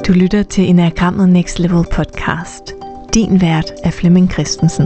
Du lytter til Enagrammet Next Level podcast. Din vært er Flemming Christensen.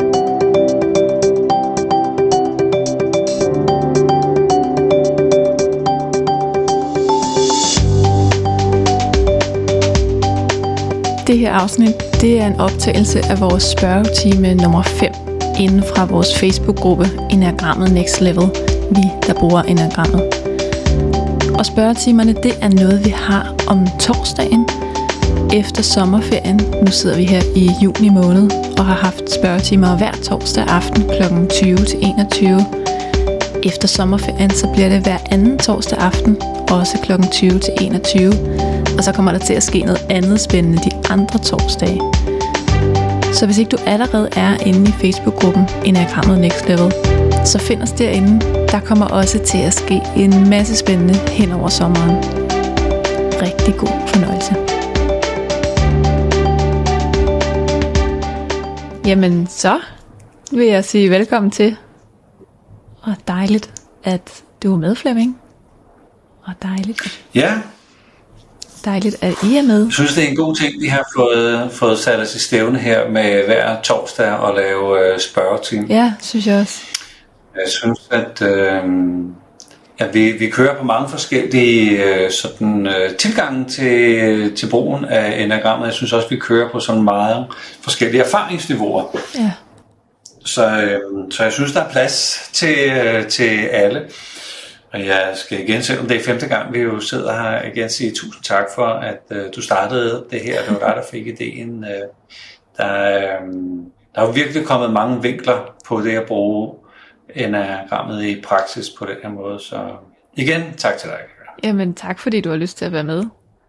Det her afsnit, det er en optagelse af vores spørgetime nummer 5 inden fra vores Facebook-gruppe Enagrammet Next Level, vi der bruger enagrammet. Og spørgetimerne, det er noget, vi har om torsdagen efter sommerferien. Nu sidder vi her i juni måned og har haft spørgetimer hver torsdag aften kl. 20-21. Efter sommerferien, så bliver det hver anden torsdag aften, også kl. 20-21. Og så kommer der til at ske noget andet spændende de andre torsdage. Så hvis ikke du allerede er inde i Facebook-gruppen Enagrammet Next Level, så find os derinde. Der kommer også til at ske en masse spændende hen over sommeren. Rigtig god fornøjelse. Jamen så vil jeg sige velkommen til. Og dejligt, at du er med, Flemming. Og dejligt, at I er med. Jeg synes, det er en god ting, vi har fået sat os i stævne her med hver torsdag og lave spørgetime. Ja, synes jeg også. Jeg synes, at vi kører på mange forskellige tilgange til brugen af enagrammet. Jeg synes også, vi kører på sådan meget forskellige erfaringsniveauer. Ja. Så jeg synes, der er plads til alle. Og jeg skal igen, selvom det er 5. gang, vi jo sidder her, igen sige tusind tak for, at du startede det her. Det var dig, der fik ideen. Der er jo virkelig kommet mange vinkler på det at bruge enagrammet i praksis på den her måde. Så igen, tak til dig. Jamen tak, fordi du har lyst til at være med.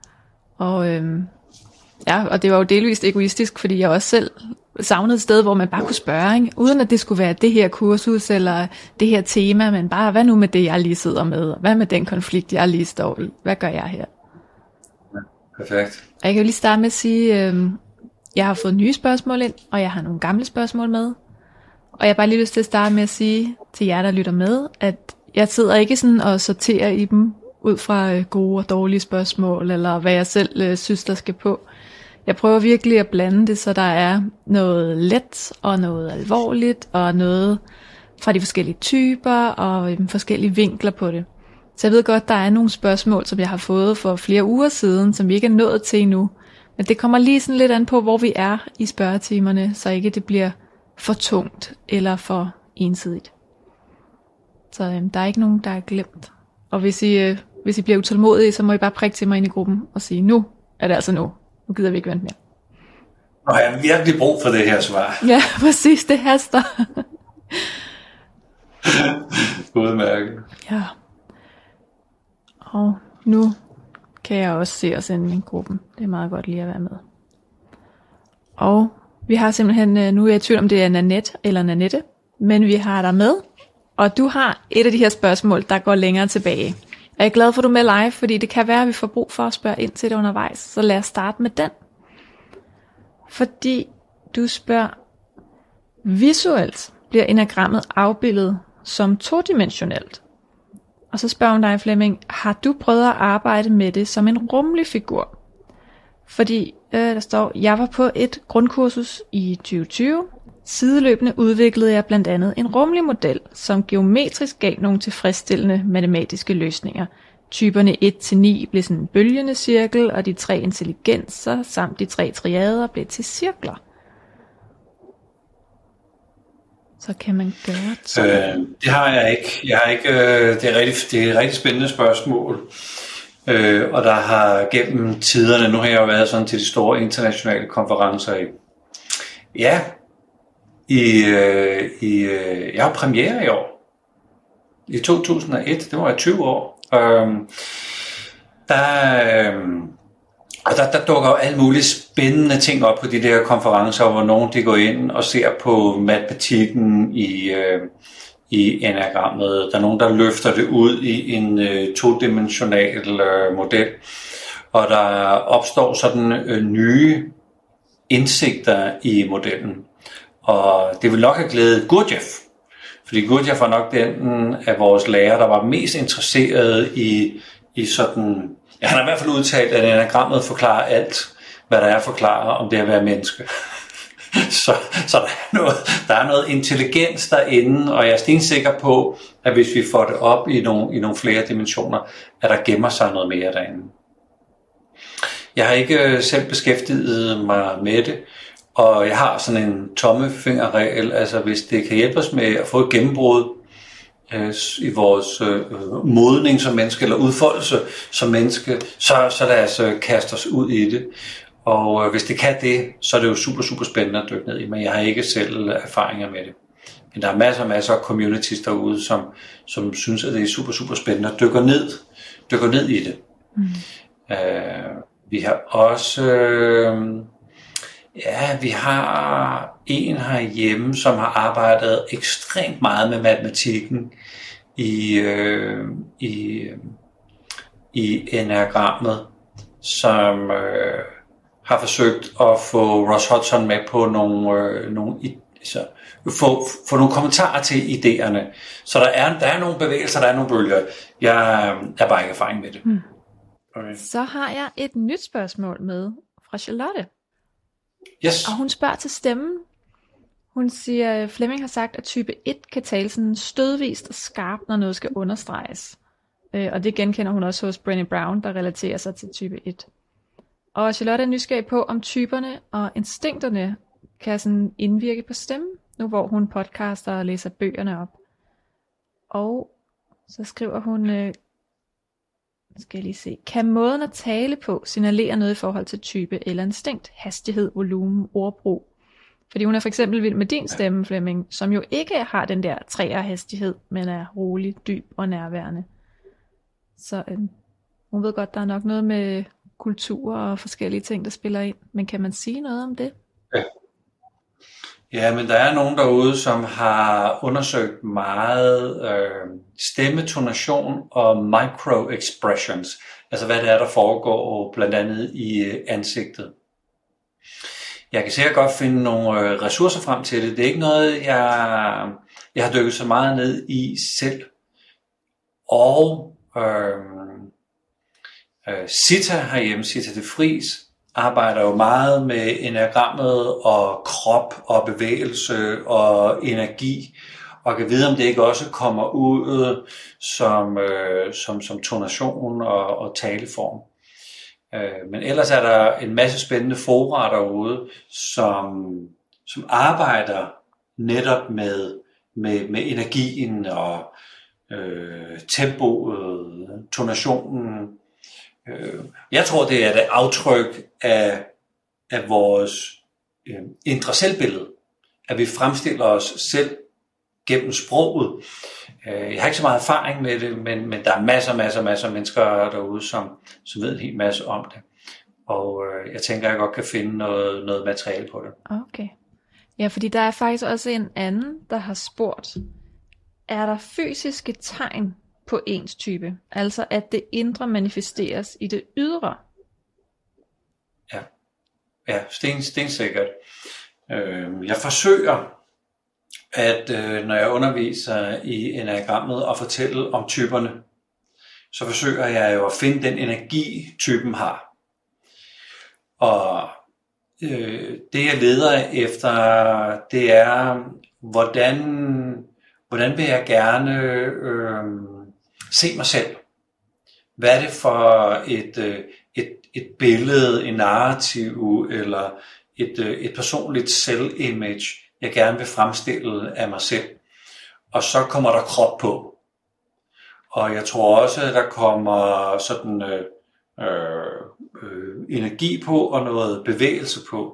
Og det var jo delvist egoistisk, fordi jeg også selv savnede et sted, hvor man bare kunne spørge, ikke? Uden at det skulle være det her kursus eller det her tema, men bare, hvad nu med det, jeg lige sidder med? Hvad med den konflikt, jeg lige står i? Hvad gør jeg her? Ja, perfekt. Og jeg kan jo lige starte med at sige, jeg har fået nye spørgsmål ind, og jeg har nogle gamle spørgsmål med. Og jeg har bare lige lyst til at starte med at sige til jer, der lytter med, at jeg sidder ikke sådan og sorterer i dem ud fra gode og dårlige spørgsmål, eller hvad jeg selv synes, der skal på. Jeg prøver virkelig at blande det, så der er noget let og noget alvorligt, og noget fra de forskellige typer og forskellige vinkler på det. Så jeg ved godt, der er nogle spørgsmål, som jeg har fået for flere uger siden, som vi ikke er nået til endnu. Men det kommer lige sådan lidt an på, hvor vi er i spørgetimerne, så ikke det bliver for tungt eller for ensidigt. Så der er ikke nogen, der er glemt. Og hvis I bliver utålmodige, så må I bare prikke til mig ind i gruppen og sige, nu er det altså nu. Nu gider vi ikke vente mere. Og jeg har virkelig brug for det her svar. Ja, præcis, det haster. Udmærket. Ja. Og nu kan jeg også se os inde i gruppen. Det er meget godt lige at være med. Og vi har simpelthen, nu er jeg i tvivl om det er Nanette eller Nanette, men vi har dig med. Og du har et af de her spørgsmål, der går længere tilbage. Jeg er glad for, at du er med live, fordi det kan være, at vi får brug for at spørge ind til det undervejs. Så lad os starte med den. Fordi du spørger, visuelt bliver enagrammet afbildet som todimensionelt. Og så spørger hun dig, Flemming, har du prøvet at arbejde med det som en rummelig figur? Fordi der står, jeg var på et grundkursus i 2020. Sideløbende udviklede jeg blandt andet en rummelig model, som geometrisk gav nogle tilfredsstillende matematiske løsninger. Typerne 1-9 blev sådan en bølgende cirkel, og de 3 intelligenser samt de 3 triader blev til cirkler. Så kan man gøre det. Det har jeg ikke. Det er et rigtig spændende spørgsmål. Og der har gennem tiderne, nu har jeg jo været sådan til de store internationale konferencer i. Ja. Jeg har premiere i år. I 2001, det var jeg 20 år. Der dukker jo alle mulige spændende ting op på de der konferencer, hvor nogen de går ind og ser på matematikken i enagrammet. Der er nogen, der løfter det ud i en todimensional model. Og der opstår sådan nye indsigter i modellen. Og det vil nok have glædet Gurdjieff, fordi Gurdjieff var nok den af vores lærere, der var mest interesseret i sådan han har i hvert fald udtalt, at enagrammet forklarer alt, hvad der er at forklare om det at være menneske. så der er noget intelligens derinde, og jeg er stensikker på, at hvis vi får det op i nogle flere dimensioner, at der gemmer sig noget mere derinde. Jeg har ikke selv beskæftiget mig med det, og jeg har sådan en tommefingerregel, altså hvis det kan hjælpe os med at få et gennembrud i vores modning som menneske, eller udfoldelse som menneske, så lad os kaste os ud i det. Og hvis det kan det, så er det jo super, super spændende at dykke ned i, men jeg har ikke selv erfaringer med det. Men der er masser af communities derude, som synes, at det er super, super spændende og dykker ned i det. Vi har også, vi har en herhjemme, som har arbejdet ekstremt meget med matematikken i enagrammet, som har forsøgt at få Ross Hudson med på få nogle kommentarer til idéerne. Så der er nogle bevægelser, der er nogle bølger. Jeg er bare ikke erfaring med det. Okay. Så har jeg et nyt spørgsmål med fra Charlotte. Yes. Og hun spørger til stemmen. Hun siger, Flemming har sagt, at type 1 kan tale sådan stødvist og skarpt, når noget skal understreges. Og det genkender hun også hos Brené Brown, der relaterer sig til type 1. Og Charlotte er nysgerrig på, om typerne og instinkterne kan sådan indvirke på stemmen, nu hvor hun podcaster og læser bøgerne op. Og så skriver hun, skal jeg lige se, kan måden at tale på signalere noget i forhold til type eller instinkt, hastighed, volumen, ordbrug? Fordi hun er for eksempel vild med din stemme, Flemming, som jo ikke har den der 3'er hastighed, men er rolig, dyb og nærværende. Så hun ved godt, der er nok noget med kultur og forskellige ting, der spiller ind. Men kan man sige noget om det? Ja, men der er nogen derude, som har undersøgt meget stemmetonation og micro-expressions. Altså hvad det er, der foregår blandt andet i ansigtet. Jeg kan sikkert godt finde nogle ressourcer frem til det. Det er ikke noget, jeg har dykket så meget ned i selv. Og Sita herhjemme, Sita de Vries, arbejder jo meget med enagrammet og krop og bevægelse og energi, og kan vide, om det ikke også kommer ud som tonation og taleform. Men ellers er der en masse spændende fora derude, som arbejder netop med energien og tempoet, tonationen. Jeg tror, det er det aftryk af vores indre selvbillede, at vi fremstiller os selv gennem sproget. Jeg har ikke så meget erfaring med det, men der er masser af mennesker derude, som ved en hel masse om det. Og jeg tænker, at jeg godt kan finde noget materiale på det. Okay. Ja, fordi der er faktisk også en anden, der har spurgt, er der fysiske tegn på ens type? Altså at det indre manifesteres i det ydre? Ja, stensikkert. Jeg forsøger, at når jeg underviser i enagrammet og fortælle om typerne, så forsøger jeg jo at finde den energi, typen har. Og det jeg leder efter, det er, hvordan vil jeg gerne se mig selv? Hvad er det for et billede, en narrativ eller et personligt self-image, jeg gerne vil fremstille af mig selv? Og så kommer der krop på. Og jeg tror også, at der kommer sådan energi på og noget bevægelse på.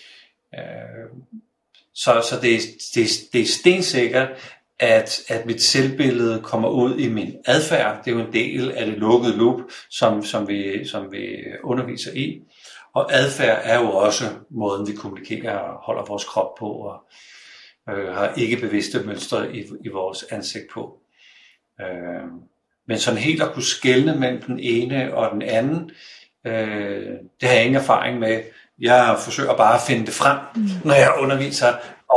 Så det er stensikkert, at mit selvbillede kommer ud i min adfærd. Det er jo en del af det lukkede loop, som vi underviser i. Og adfærd er jo også måden, vi kommunikerer og holder vores krop på, og har ikke bevidste mønstre i vores ansigt på. Men sådan helt at kunne skelne mellem den ene og den anden, det har jeg ingen erfaring med. Jeg forsøger bare at finde det frem, når jeg underviser,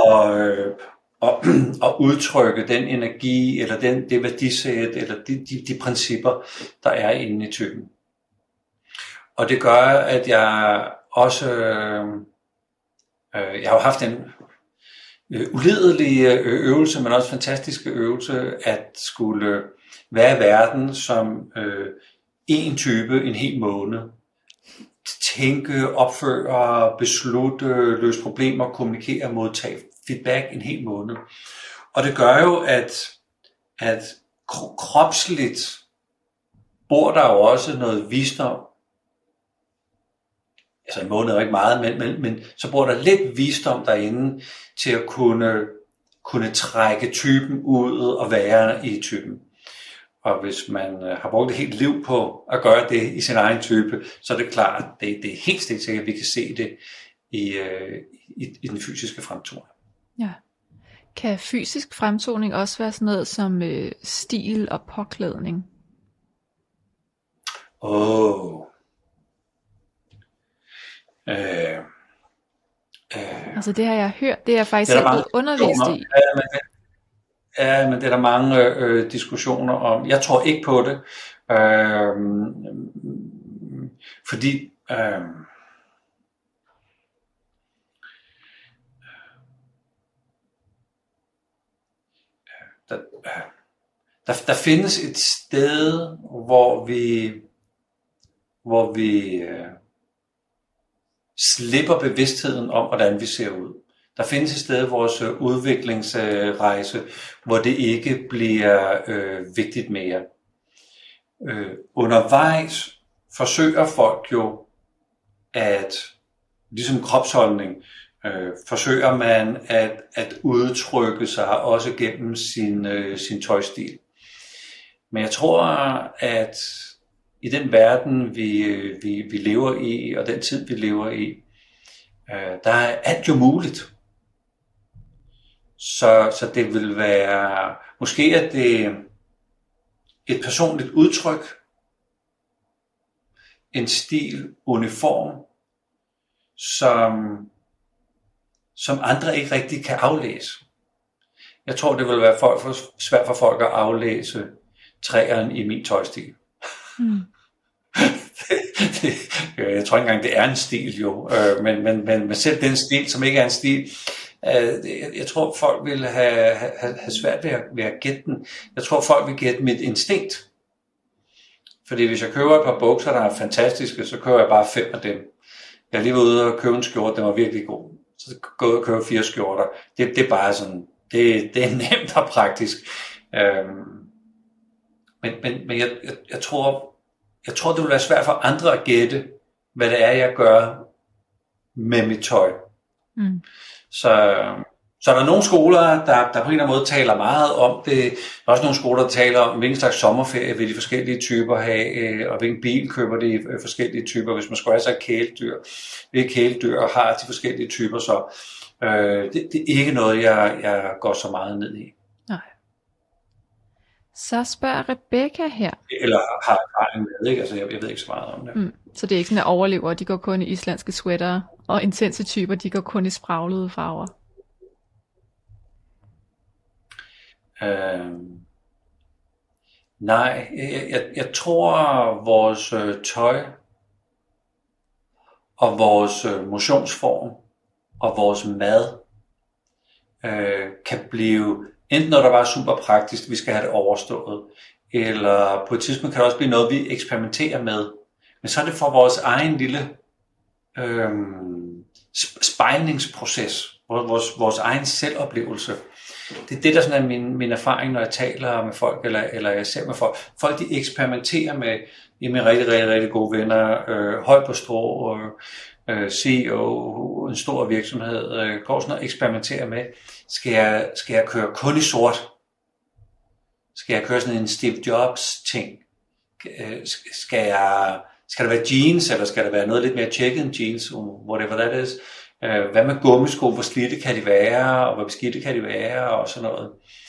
og udtrykke den energi, eller det værdisæt, eller de principper, der er inde i typen. Og det gør, at jeg også, jeg har haft en uledelig øvelse, men også fantastiske øvelse, at skulle være i verden som en type en hel måned. Tænke, opføre, beslutte, løse problemer, kommunikere, modtage feedback en hel måned. Og det gør jo, at kropsligt bor der jo også noget visdom. Altså en måned er ikke meget, men så bor der lidt visdom derinde til at kunne trække typen ud og være i typen. Og hvis man har brugt et helt liv på at gøre det i sin egen type, så er det klart, at det er helt sikkert, at vi kan se det i den fysiske fremtoning. Ja. Kan fysisk fremtoning også være sådan noget som stil og påklædning? Altså det har jeg hørt, det er jeg faktisk selv blevet undervist i. Ja, men det er der mange diskussioner om. Jeg tror ikke på det, fordi der findes et sted, hvor vi slipper bevidstheden om, hvordan vi ser ud. Der findes et sted i vores udviklingsrejse, hvor det ikke bliver vigtigt mere. Undervejs forsøger folk jo at, ligesom kropsholdning, forsøger man at udtrykke sig også gennem sin tøjstil. Men jeg tror, at i den verden, vi lever i, og den tid, vi lever i, der er alt jo muligt. Så det vil være, måske er det et personligt udtryk, en stil, uniform, som andre ikke rigtig kan aflæse. Jeg tror, det vil være svært for folk at aflæse træerne i min tøjstil. Jeg tror ikke engang, det er en stil jo, men selv den stil, som ikke er en stil, jeg tror, folk vil have svært ved at gætte den. Jeg tror, folk vil gætte mit instinkt. Fordi hvis jeg køber et par bukser, der er fantastiske, så køber jeg bare 5 af dem. Jeg er lige ude og købe en skjorte, den var virkelig god. Så går jeg og køber 4 skjorter. Det er bare sådan, det er nemt og praktisk. Men jeg tror, det vil være svært for andre at gætte, hvad det er, jeg gør med mit tøj. Så er der nogle skoler, der på en eller anden måde taler meget om det. Der er også nogle skoler, der taler om, hvilken slags sommerferie vil de forskellige typer have, og hvilken bil køber de forskellige typer, hvis man skulle have sig kæledyr. Hvilke kæledyr har de forskellige typer, så det er ikke noget, jeg går så meget ned i. Nej. Så spørger Rebecca her. Eller har erfaring med, ikke? Altså, jeg ved ikke så meget om det. Så det er ikke sådan, at overlever, de går kun i islandske sweater, og intense typer, de går kun i spraglede farver? Nej, jeg tror, vores tøj og vores motionsform og vores mad kan blive, enten når der var super praktisk, vi skal have det overstået, eller på et tidspunkt kan det også blive noget, vi eksperimenterer med. Men så er det for vores egen lille spejlingsproces, vores egen selvoplevelse. Det er det, der sådan er min erfaring, når jeg taler med folk, eller jeg ser med folk. Folk, de eksperimenterer med mine rigtig, rigtig, rigtig gode venner, høj på strå, CEO, en stor virksomhed, går sådan og eksperimenterer med, skal jeg køre kun i sort? Skal jeg køre sådan en Steve Jobs ting? Skal der være jeans, eller skal der være noget lidt mere tjekket end jeans, whatever that is? Hvad med gummisko, hvor slidte kan de være, og hvor beskidte kan de være, og sådan noget.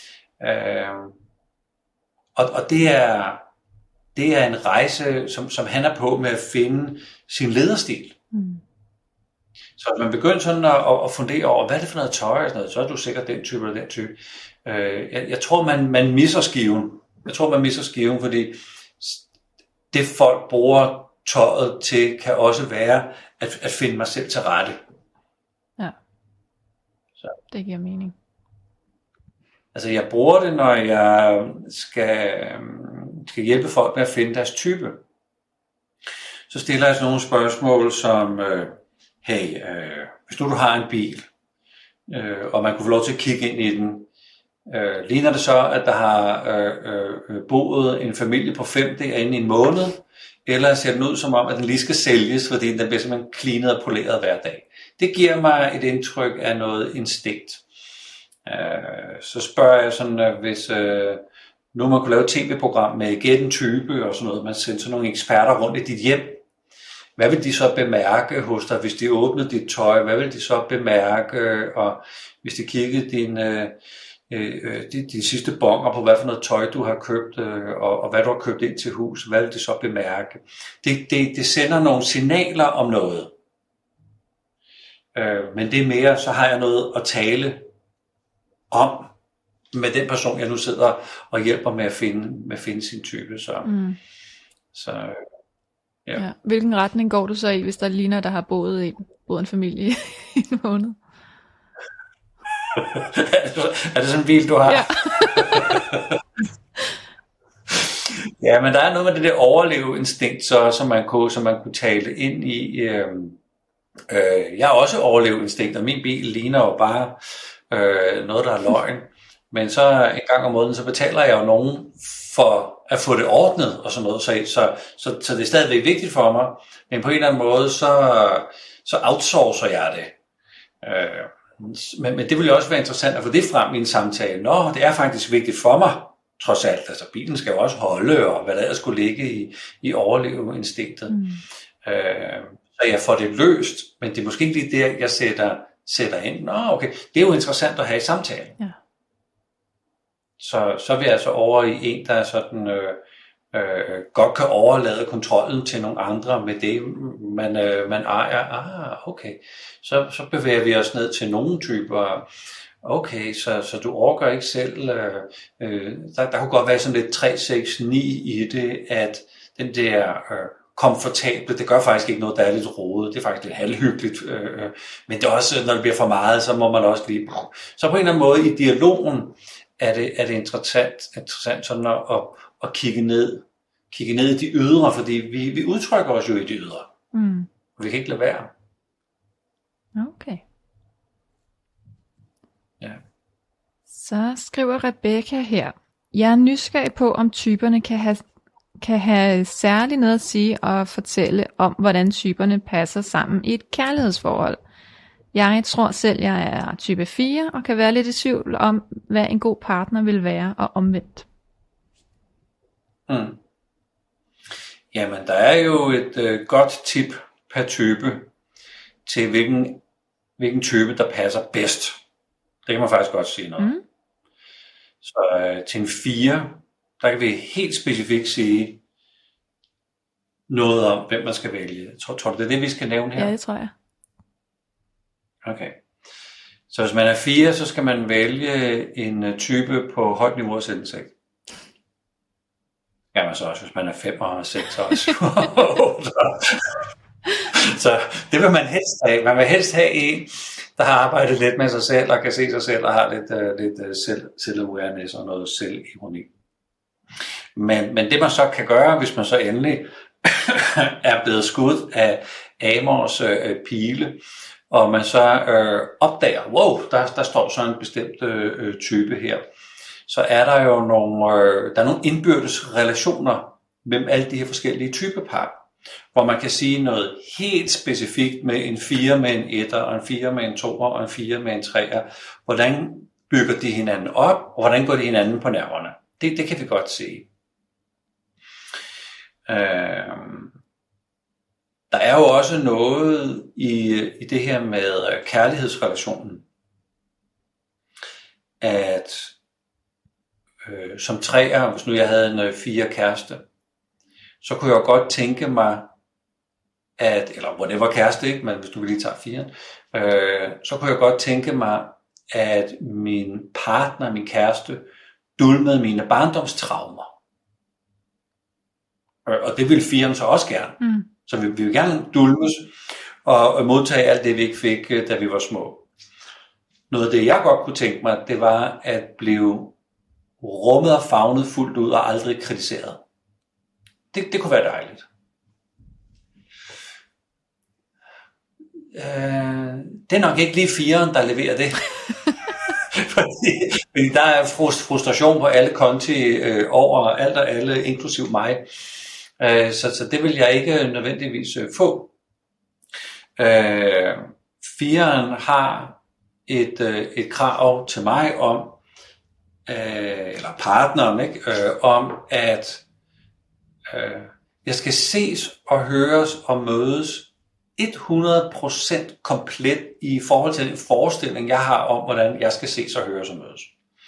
Og det er en rejse, som han er på med at finde sin lederstil. Så hvis man begynder sådan at fundere over, hvad er det for noget tøj og sådan noget, så er du sikkert den type eller den type. Jeg tror, man misser skiven. Jeg tror, man misser skiven, fordi det folk bruger tøjet til, kan også være at finde mig selv til rette. Ja, så. Det giver mening. Altså jeg bruger det, når jeg skal hjælpe folk med at finde deres type. Så stiller jeg sådan nogle spørgsmål som, hey, hvis nu du har en bil, og man kunne få lov til at kigge ind i den, ligner det så, at der har boet en familie på 5 derinde i en måned, eller ser den ud som om, at den lige skal sælges, fordi den bliver simpelthen cleanet og poleret hver dag. Det giver mig et indtryk af noget instinkt. Så spørger jeg sådan, hvis nu man kunne lave et tv-program med gæt en type og sådan noget, man sender sådan nogle eksperter rundt i dit hjem, hvad vil de så bemærke hos dig, hvis de åbnede dit tøj? Hvad vil de så bemærke? Og hvis de kiggede de sidste bonger på, hvad for noget tøj du har købt, og hvad du har købt ind til hus, hvad vil de så bemærke? Det sender nogle signaler om noget. Men det er mere, så har jeg noget at tale om med den person, jeg nu sidder og hjælper med at finde sin type. Så ja. Hvilken retning går du så i, hvis der ligner, der har boet en familie i en måned? Er det sådan en bil, du har? Ja. Ja, men der er noget med det der overleveinstinkt, som man kunne tale ind i. Jeg har også overleveinstinkt, og min bil ligner jo bare noget, der er løgn. Men så en gang om måneden, så betaler jeg jo nogen for at få det ordnet og sådan noget. Så det er stadigvæk vigtigt for mig. Men på en eller anden måde, så outsourcer jeg det. Men det vil jo også være interessant at få det frem i en samtale. Nå, det er faktisk vigtigt for mig, trods alt. Altså bilen skal jo også holde, og hvad der ellers skulle ligge i overleveinstinktet. Så jeg får det løst, men det er måske ikke lige der, jeg sætter ind. Nå, okay, det er jo interessant at have i samtalen. Ja. Så er vi altså over i en, der er sådan, godt kan overlade kontrollen til nogle andre med det, man ejer. Okay, så bevæger vi os ned til nogle typer. Okay, så du orker ikke selv. Der kunne godt være sådan lidt 3-6-9 i det, at den der komfortable, det gør faktisk ikke noget, der er lidt rodet. Det er faktisk lidt halvhyggeligt. Men det er også, når det bliver for meget, så må man også lige... Så på en eller anden måde i dialogen er det interessant sådan at kigge ned i de ydre, fordi vi udtrykker os jo i de ydre. Vi kan ikke lade være. Okay. Ja. Så skriver Rebecca her. Jeg er nysgerrig på, om typerne kan have særligt noget at sige og fortælle om, hvordan typerne passer sammen i et kærlighedsforhold. Jeg tror selv, jeg er type 4 og kan være lidt i tvivl om, hvad en god partner vil være og omvendt. Jamen, der er jo et godt tip per type til, hvilken type, der passer bedst. Det kan man faktisk godt sige noget. Så til en 4, der kan vi helt specifikt sige noget om, hvem man skal vælge. Tror du, det er det, vi skal nævne her? Ja, det tror jeg. Okay. Så hvis man er 4, så skal man vælge en type på højt niveau af selvindsigt. Ja, men så også, hvis man er 5 og 6 også. Så det vil man helst have. Man vil helst have en, der har arbejdet lidt med sig selv, og kan se sig selv, og har lidt self-awareness og noget selvironi. Men det man så kan gøre, hvis man så endelig er blevet skudt af Amors pile, og man så opdager, wow, der står så en bestemt type her, så er der jo nogle indbyrdes relationer mellem alle de her forskellige typepar, hvor man kan sige noget helt specifikt med en 4 med en 1'er, og en 4 med en 2'er, og en 4 med en 3'er. Hvordan bygger de hinanden op, og hvordan går de hinanden på nerverne? Det kan vi godt se. Der er jo også noget i det her med kærlighedsrelationen, at som 3'er, hvis nu jeg havde en 4 kæreste, så kunne jeg godt tænke mig, eller whatever kæreste, ikke, men hvis du lige tager 4, så kunne jeg godt tænke mig, at min partner, min kæreste, dulmede mine barndomstraumer. Og det vil 4'eren så også gerne. Så vi vil gerne dulmes og modtage alt det, vi ikke fik, da vi var små. Noget af det, jeg godt kunne tænke mig, det var at blive rummet og favnet fuldt ud og aldrig kritiseret. Det kunne være dejligt. Det er nok ikke lige 4'eren, der leverer det. fordi der er frustration på alle konti over alt og alle, inklusiv mig. Så det vil jeg ikke nødvendigvis få. 4'eren har et krav til mig om, eller partneren, ikke? Om at jeg skal ses og høres og mødes 100% komplet i forhold til den forestilling, jeg har om, hvordan jeg skal ses og høres og mødes.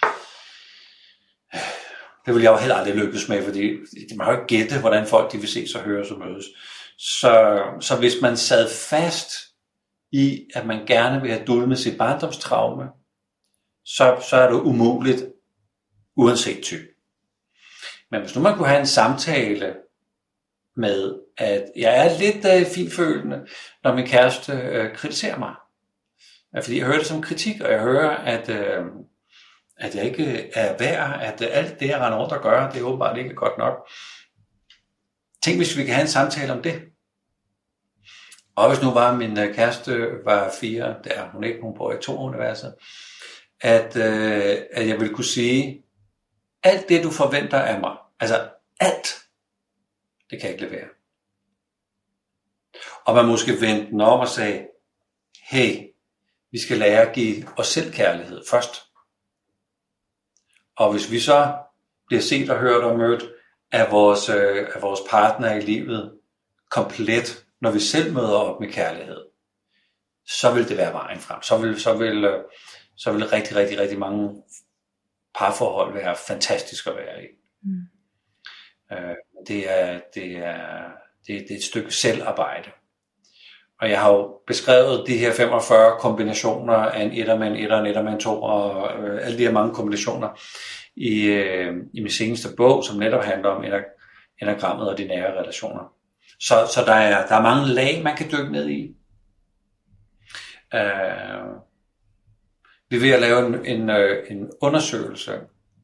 Det vil jeg jo heller aldrig lykkes med, fordi man har jo ikke gætte, hvordan folk de vil ses og høres og mødes. Så hvis man sad fast i, at man gerne vil have dulmet sit barndomstraume, så er det umuligt, uanset type. Men hvis nu man kunne have en samtale med, at jeg er lidt finfølende, når min kæreste kritiserer mig. Fordi jeg hører det som kritik, og jeg hører, at jeg ikke er værd, at alt det, jeg render rundt og gør, det er åbenbart ikke godt nok. Tænk, hvis vi kan have en samtale om det. Og hvis nu var min kæreste var 4, der hun ikke, hun bor i 2-universet, at jeg ville kunne sige, alt det, du forventer af mig, altså alt, det kan jeg ikke levere. Og man måske vendte den om og sagde, hey, vi skal lære at give os selv kærlighed først. Og hvis vi så bliver set og hørt og mødt af vores partner i livet komplet, når vi selv møder op med kærlighed, så vil det være vejen frem. Så vil rigtig, rigtig, rigtig mange parforhold være fantastisk at være i. Det er et stykke selvarbejde. Og jeg har jo beskrevet de her 45 kombinationer af en etter med en etter, en etter med en to, og alle de her mange kombinationer i min seneste bog, som netop handler om enagrammet og de nære relationer. Så der er mange lag, man kan dykke ned i. Vi er ved at lave en undersøgelse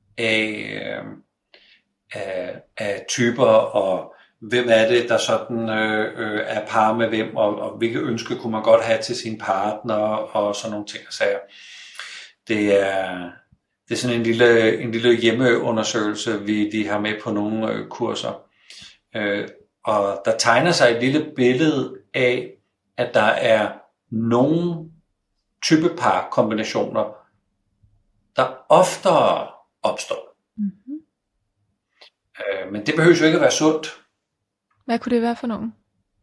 af typer, og hvem er det, der sådan er par med hvem, og hvilke ønsker kunne man godt have til sin partner, og sådan nogle ting og sager. Det er sådan en lille hjemmeundersøgelse, vi har med på nogle kurser. Og der tegner sig et lille billede af, at der er nogle typepar kombinationer, der oftere opstår. Mm-hmm. Men det behøver jo ikke at være sundt. Hvad kunne det være for nogen?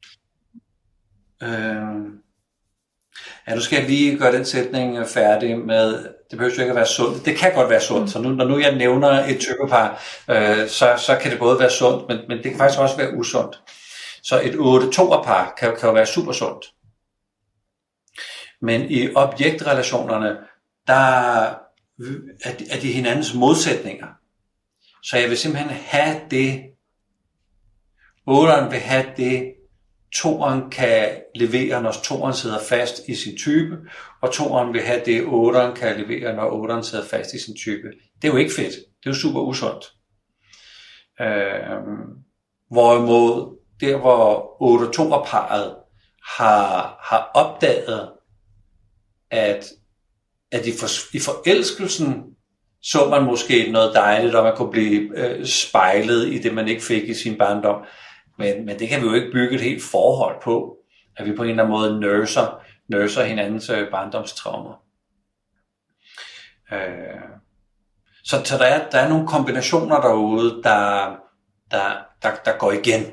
Nu skal jeg lige gøre den sætning færdig med, det behøver jo ikke at være sundt. Det kan godt være sundt, så når nu jeg nævner et typepar, så kan det både være sundt, men det kan faktisk også være usundt. Så et 8-2'er-par kan jo være super sundt. Men i objektrelationerne, der er de hinandens modsætninger. Så jeg vil simpelthen have det, 8'eren vil have det, 2'eren kan levere, når 2'eren sidder fast i sin type, og 2'eren vil have det, 8'eren kan levere, når 8'eren sidder fast i sin type. Det er jo ikke fedt. Det er jo super usundt. Hvorimod, der hvor 8-2'er-parret har opdaget, at i forelskelsen så man måske noget dejligt, og man kunne blive spejlet i det, man ikke fik i sin barndom. Men det kan vi jo ikke bygge et helt forhold på, at vi på en eller anden måde nurser hinandens barndomstraumer. Så der er nogle kombinationer derude, der går igen.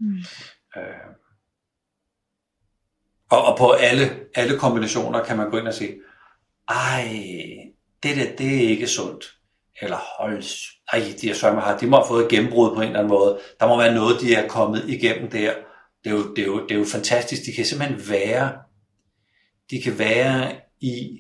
Og på alle kombinationer kan man gå ind og sige, det er ikke sundt. Eller de her sørme de må have fået et gennembrud på en eller anden måde. Der må være noget, de er kommet igennem der. Det er jo fantastisk. De kan simpelthen være i,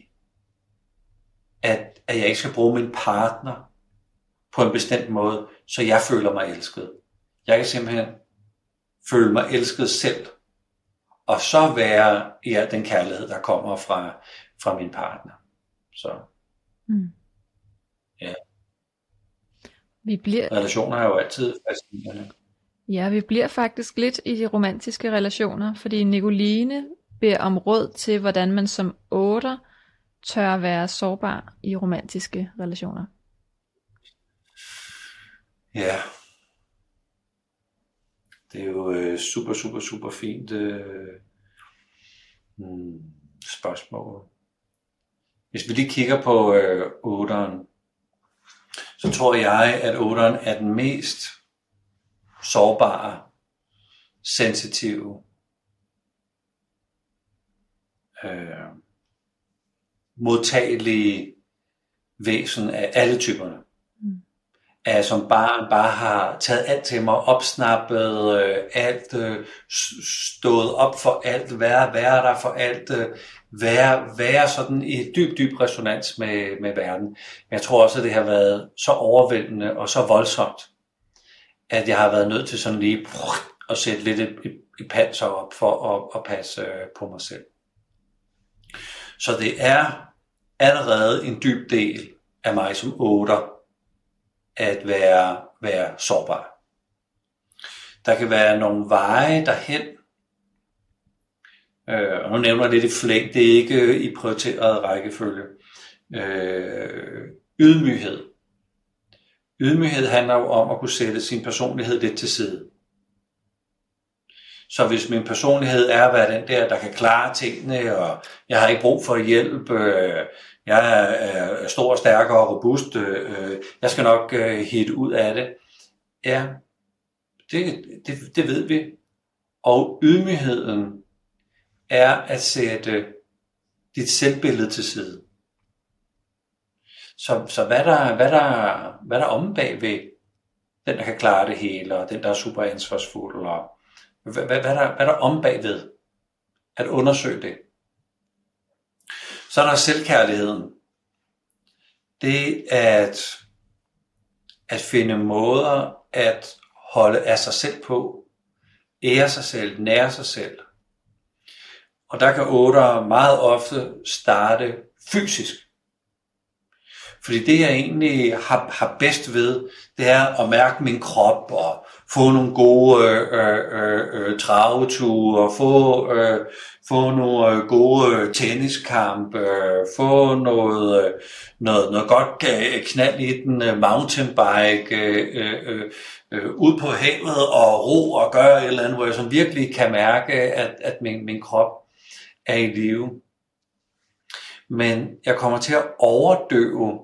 at jeg ikke skal bruge min partner på en bestemt måde, så jeg føler mig elsket. Jeg kan simpelthen føle mig elsket selv, og så være i al den kærlighed, der kommer fra min partner. Så ja. Relationer er jo altid fascinerende. Ja, vi bliver faktisk lidt i de romantiske relationer, fordi Nicoline beder om råd til, hvordan man som 8'er tør være sårbar i romantiske relationer. Ja. Det er jo super, super, super fint spørgsmål. Hvis vi lige kigger på 8'eren, så tror jeg, at 8'eren er den mest sårbare, sensitive, modtagelige væsen af alle typerne. Af som barn bare har taget alt til mig, opsnappet alt, stået op for alt, være der for alt, være sådan i dyb resonans med verden. Men jeg tror også, at det har været så overvældende og så voldsomt, at jeg har været nødt til sådan lige at sætte lidt et panser op for at passe på mig selv. Så det er allerede en dyb del af mig som 8'er, at være sårbar. Der kan være nogle veje derhen, og nu nævner jeg lidt i flæng, det er ikke i prioriteret rækkefølge. Ydmyghed. Ydmyghed handler jo om at kunne sætte sin personlighed lidt til side. Så hvis min personlighed er at være den der kan klare tingene, og jeg har ikke brug for hjælp, jeg er stor, stærkere og robust, jeg skal nok hitte ud af det. Ja, det ved vi. Og ydmygheden er at sætte dit selvbillede til side. Så hvad der omme bagved den, der kan klare det hele, og den, der er super ansvarsfuld, og hvad der omme bagved at undersøge det. Så er der selvkærligheden. Det at finde måder at holde af sig selv på, ære sig selv, nære sig selv. Og der kan 8'ere meget ofte starte fysisk. Fordi det jeg egentlig har bedst ved, det er at mærke min krop og få nogle gode traveture, få nogle gode tenniskampe, få noget godt knald i den, mountainbike, ud på havet og ro og gøre et eller andet, hvor jeg sådan virkelig kan mærke, at min krop er i live. Men jeg kommer til at overdøve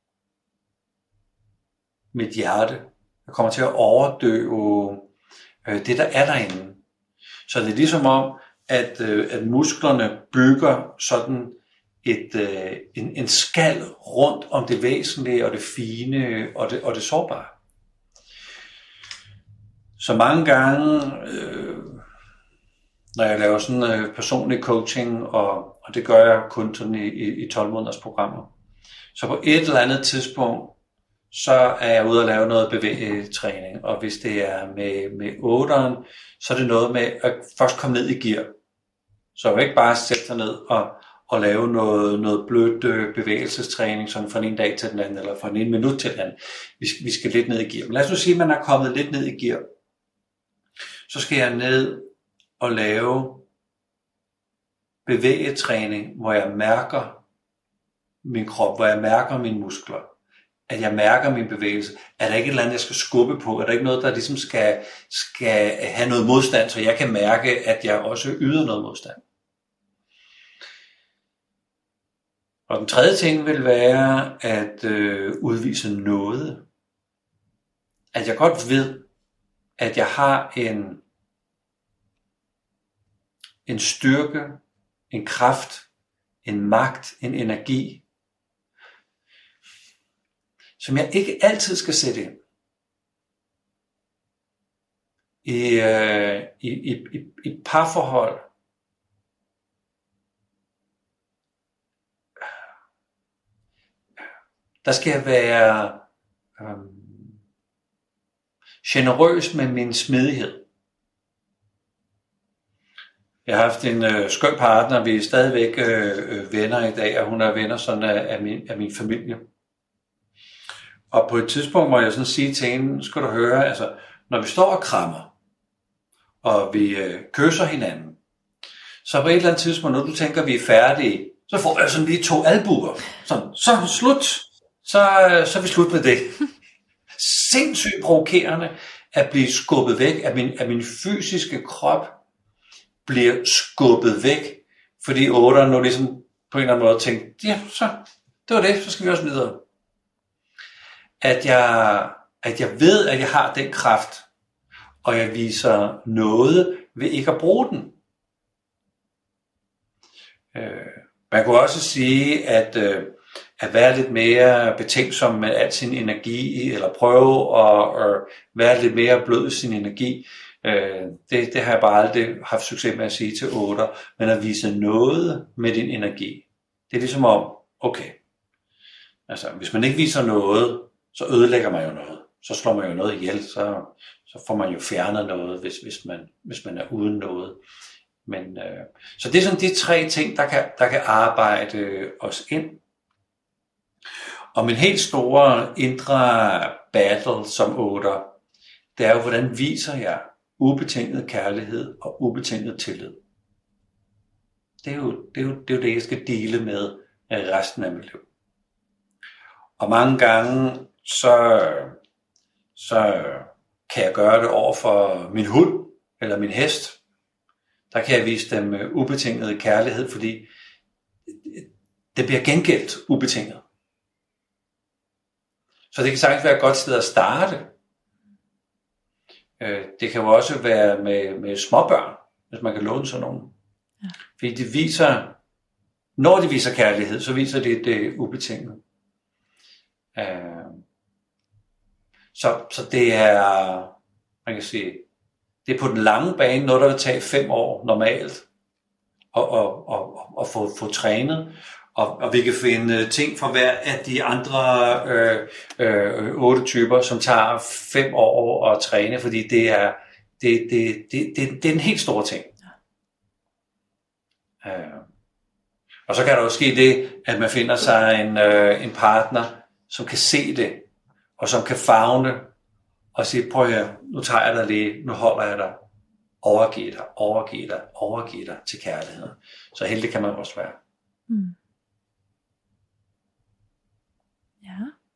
mit hjerte. Jeg kommer til at overdøve det, der er derinde. Så det er ligesom om, at musklerne bygger sådan en skal rundt om det væsentlige og det fine og det sårbare. Så mange gange, når jeg laver sådan personlig coaching, og det gør jeg kun sådan i 12 måneders programmer, så på et eller andet tidspunkt, så er jeg ude og lave noget bevægetræning, og hvis det er med 8'eren, så er det noget med at først komme ned i gear. Så ikke bare sætte sig ned og lave noget blødt bevægelsestræning, sådan fra en dag til den anden, eller fra en minut til den anden. Vi skal lidt ned i gear. Men lad os nu sige, at man er kommet lidt ned i gear. Så skal jeg ned og lave bevægetræning, hvor jeg mærker min krop, hvor jeg mærker mine muskler, at jeg mærker min bevægelse. Er der ikke et eller andet, jeg skal skubbe på? Er der ikke noget, der ligesom skal have noget modstand, så jeg kan mærke, at jeg også yder noget modstand? Og den tredje ting vil være at udvise noget. At jeg godt ved, at jeg har en styrke, en kraft, en magt, en energi, som jeg ikke altid skal sætte ind. I parforhold, der skal jeg være generøs med min smidighed. Jeg har haft en skøn partner, vi er stadigvæk venner i dag, og hun er venner sådan af min familie. Og på et tidspunkt må jeg sådan sige til hende, skal du høre, altså, når vi står og krammer, og vi kysser hinanden, så på et eller andet tidspunkt, når du tænker, vi er færdige, så får jeg sådan lige 2 albuer. Så slut. Så er vi slut med det. Sindssygt provokerende at blive skubbet væk, at min fysiske krop bliver skubbet væk, fordi 8'eren nu ligesom på en eller anden måde tænkte, ja, så det var det, så skal vi også videre. At jeg ved, at jeg har den kraft, og jeg viser noget ved ikke at bruge den. Man kunne også sige, at være lidt mere betænksom med al sin energi, eller prøve at være lidt mere blød i sin energi. Det har jeg bare aldrig haft succes med at sige til 8, men at vise noget med din energi. Det er ligesom om, okay, altså hvis man ikke viser noget, så ødelægger man jo noget. Så slår man jo noget ihjel, så får man jo fjernet noget, hvis man er uden noget. Men, så det er sådan de 3 ting, der kan arbejde os ind. Og min helt store indre battle som 8, det er jo, hvordan viser jeg ubetinget kærlighed og ubetinget tillid. Det er jo det, jeg skal dele med resten af mit liv. Og mange gange, så kan jeg gøre det over for min hund eller min hest. Der kan jeg vise dem ubetinget kærlighed, fordi det bliver gengældt ubetinget. Så det kan sagtens være et godt sted at starte. Det kan jo også være med småbørn, hvis man kan låne sådan nogen. Ja. Fordi når de viser kærlighed, så viser det ubetinget. Så det er, man kan sige, det er på den lange bane, noget der vil tage 5 år normalt, og få trænet, og vi kan finde ting for hver af de andre 8 typer, som tager 5 år at træne, fordi det er en helt stor ting. Og så kan der jo ske det, at man finder sig en partner, som kan se det, og som kan favne, og sige, prøv her, nu tager jeg dig lige, nu holder jeg dig, overgive dig til kærligheden. Så heldig kan man også være. Mm. Ja.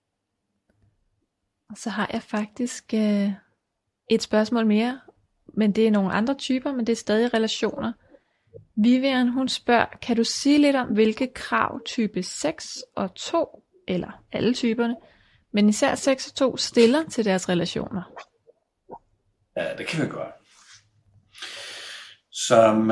Og så har jeg faktisk et spørgsmål mere, men det er nogle andre typer, men det er stadig relationer. Vivian, hun spørger, kan du sige lidt om, hvilke krav type 6 og 2, eller alle typerne, men især 6 og 2 stiller til deres relationer? Ja, det kan vi gøre. Som,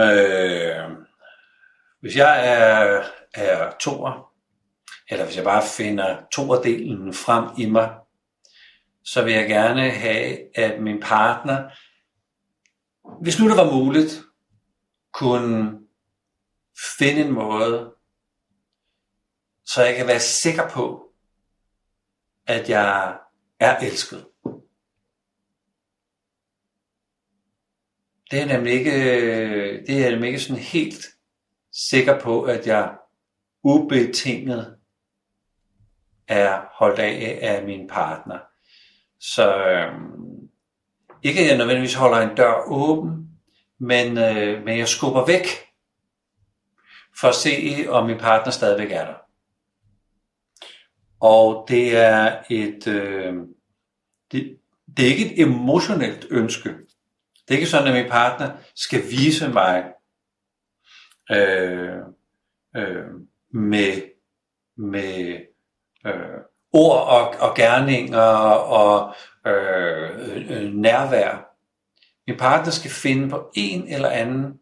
hvis jeg er 2'er, eller hvis jeg bare finder 2'er-delen frem i mig, så vil jeg gerne have, at min partner, hvis nu det var muligt, kunne finde en måde, så jeg kan være sikker på, at jeg er elsket. Det er nemlig ikke sådan helt sikker på, at jeg ubetinget er holdt af min partner. Så ikke at jeg nødvendigvis holder en dør åben, men jeg skubber væk for at se, om min partner stadigvæk er der. Og det er det er ikke et emotionelt ønske. Det er ikke sådan, at min partner skal vise mig med ord og gerninger og nærvær. Min partner skal finde på en eller anden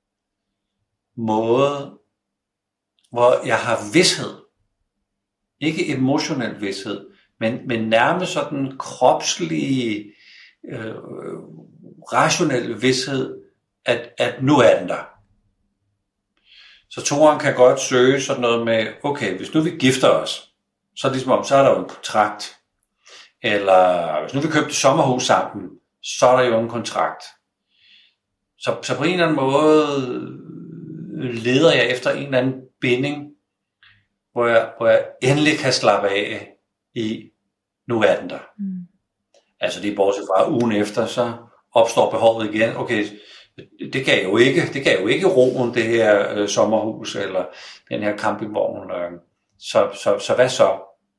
måde, hvor jeg har vished. Ikke emotionel vished, men nærmest sådan kropslig, rationel vished, at nu er den der. Så 2'eren kan godt søge sådan noget med, okay, hvis nu vi gifter os, så er det ligesom om, så er der jo en kontrakt. Eller hvis nu vi købte sommerhus sammen, så er der jo en kontrakt. Så på en eller anden måde leder jeg efter en eller anden binding, hvor jeg endelig kan slappe af i, nu er den der. Altså det er bortset fra ugen efter, så opstår behovet igen. Okay, det kan jo ikke roen, det her sommerhus, eller den her campingvogn. Så hvad så?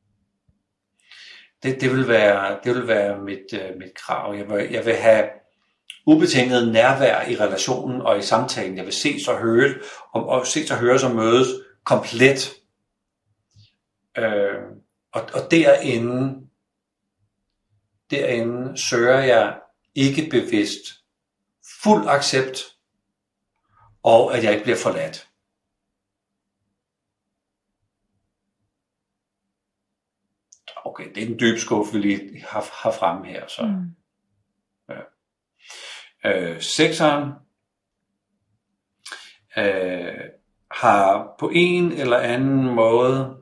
Det vil være mit krav. Jeg vil have ubetinget nærvær i relationen og i samtalen. Jeg vil ses og høre som mødes komplet. Og derinde søger jeg ikke bevidst fuld accept, og at jeg ikke bliver forladt. Okay, det er den dybe skuffe, vi lige har fremme her. Så. Ja. Sekseren har på en eller anden måde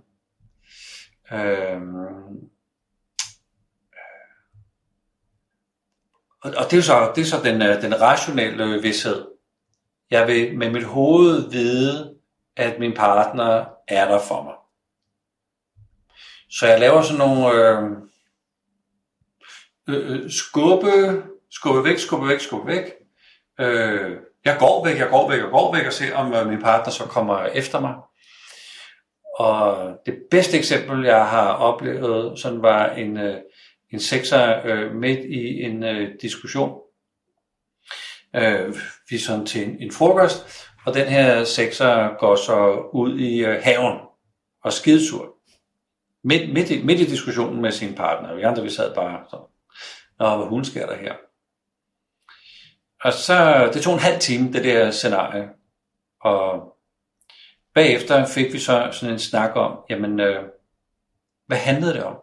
og det er så den rationelle vidsthed. Jeg vil med mit hoved vide, at min partner er der for mig. Så jeg laver sådan nogle skubbe væk. Jeg går væk og ser, om min partner så kommer efter mig. Og det bedste eksempel, jeg har oplevet, sådan var en sekser midt i en diskussion. Vi er sådan til en frokost, og den her sekser går så ud i haven og skidesur. Midt i diskussionen med sin partner. Vi andre, vi sad bare så. Hvad hun sker der her? Og så, det tog en halv time, det der scenarie. Og bagefter fik vi så sådan en snak om, jamen, hvad handlede det om?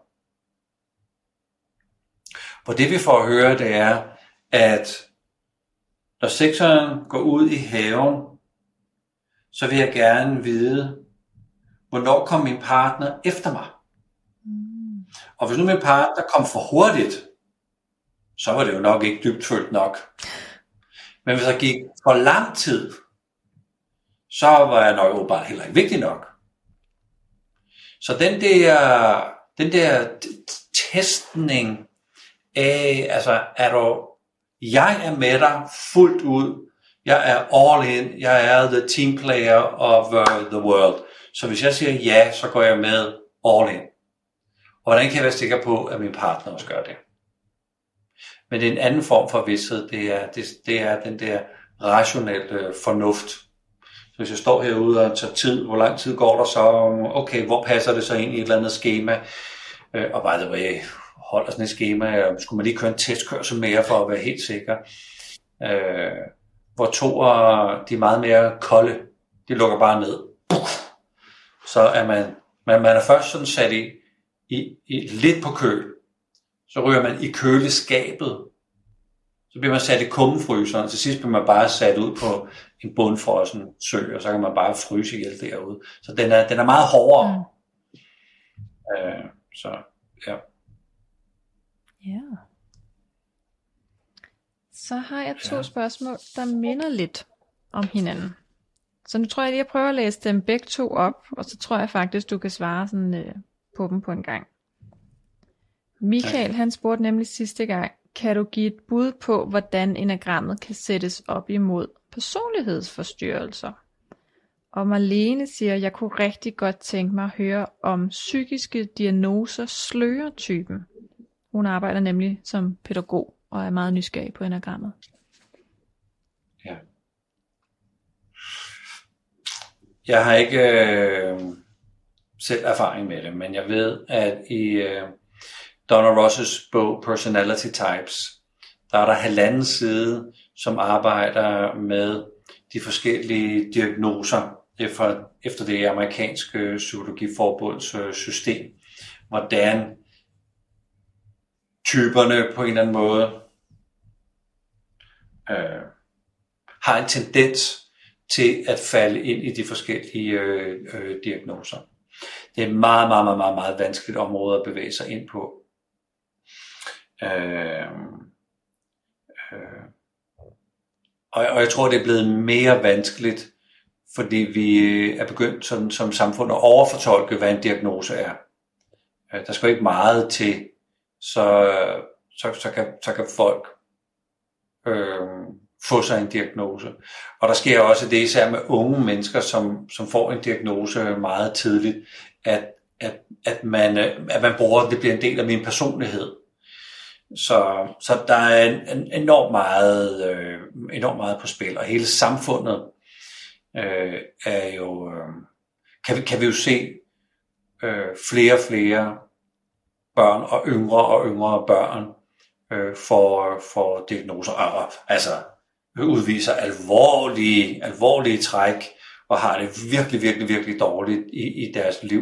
Og det vi får at høre, det er, at når sekseren går ud i haven, så vil jeg gerne vide, hvornår kom min partner efter mig? Og hvis nu min partner kom for hurtigt, så var det jo nok ikke dybtfølt nok. Men hvis der gik for lang tid, så var jeg nok bare heller ikke vigtig nok. Så den der testning af, altså jeg er med dig fuldt ud, jeg er all in, jeg er the team player of the world. Så hvis jeg siger ja, så går jeg med all in. Og hvordan kan jeg være sikker på, at min partner også gør det? Men det er en anden form for vidsthed, det er den der rationelle fornuft. Så hvis jeg står herude og tager tid, hvor lang tid går der så? Okay, hvor passer det så ind i et eller andet schema? Og by the way, holder sådan et schema, skulle man lige køre en testkørsel mere for at være helt sikker? Hvor toer, de er meget mere kolde, de lukker bare ned. Så er man er først sådan sat i lidt på køl. Så ryger man i køleskabet. Så bliver man sat i kummefryseren, og til sidst bliver man bare sat ud på en bundfrossen sø, og så kan man bare fryse ihjel derude. Så den er meget hårdere. Så ja. Ja. Så har jeg 2 spørgsmål, der minder lidt om hinanden. Så nu tror jeg lige, jeg prøver at læse dem begge 2 op, og så tror jeg faktisk, du kan svare sådan, på dem på en gang. Michael, han spurgte nemlig sidste gang, kan du give et bud på, hvordan enagrammet kan sættes op imod personlighedsforstyrrelser? Og Marlene siger, jeg kunne rigtig godt tænke mig at høre om psykiske diagnoser slører typen. Hun arbejder nemlig som pædagog og er meget nysgerrig på enagrammet. Ja. Jeg har ikke selv erfaring med det, men jeg ved, at i Donna Ross's bog Personality Types, der er der 1,5 side, som arbejder med de forskellige diagnoser efter det amerikanske psykologiforbunds system. Hvordan typerne på en eller anden måde har en tendens til at falde ind i de forskellige diagnoser. Det er et meget, meget, meget, meget, meget vanskeligt område at bevæge sig ind på. Og jeg tror, det er blevet mere vanskeligt, fordi vi er begyndt som samfund at overfortolke, hvad en diagnose er. Der skal ikke meget til, så kan folk få sig en diagnose. Og der sker også det, især med unge mennesker, som får en diagnose meget tidligt, at man bruger, det bliver en del af min personlighed. Så der er enormt meget på spil, og hele samfundet er jo, kan vi jo se flere og flere børn og yngre børn får diagnoser, og altså udviser alvorlige træk, og har det virkelig dårligt i deres liv.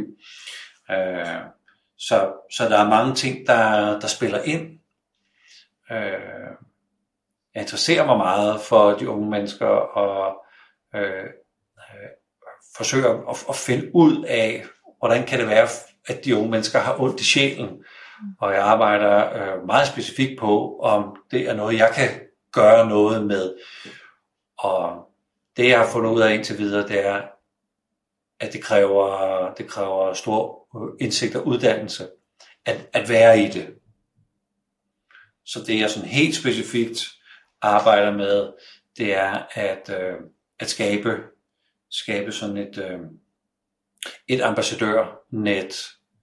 Så der er mange ting, der spiller ind. Jeg interesserer mig meget for de unge mennesker, og forsøger at finde ud af, hvordan kan det være, at de unge mennesker har ondt i sjælen. Og jeg arbejder meget specifikt på, om det er noget, jeg kan gøre noget med. Og det, jeg har fundet ud af indtil videre, det er, at det kræver stor indsigt og uddannelse at være i det. Så det, jeg sådan helt specifikt arbejder med, det er at skabe sådan et ambassadørnet,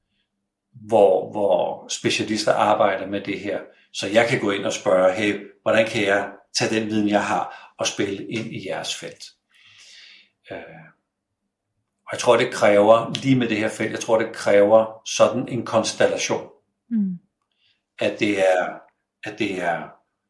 hvor specialister arbejder med det her, så jeg kan gå ind og spørge, hey, hvordan kan jeg tage den viden, jeg har, og spille ind i jeres felt. Og jeg tror, det kræver, lige med det her felt, jeg tror, det kræver sådan en konstellation. At det er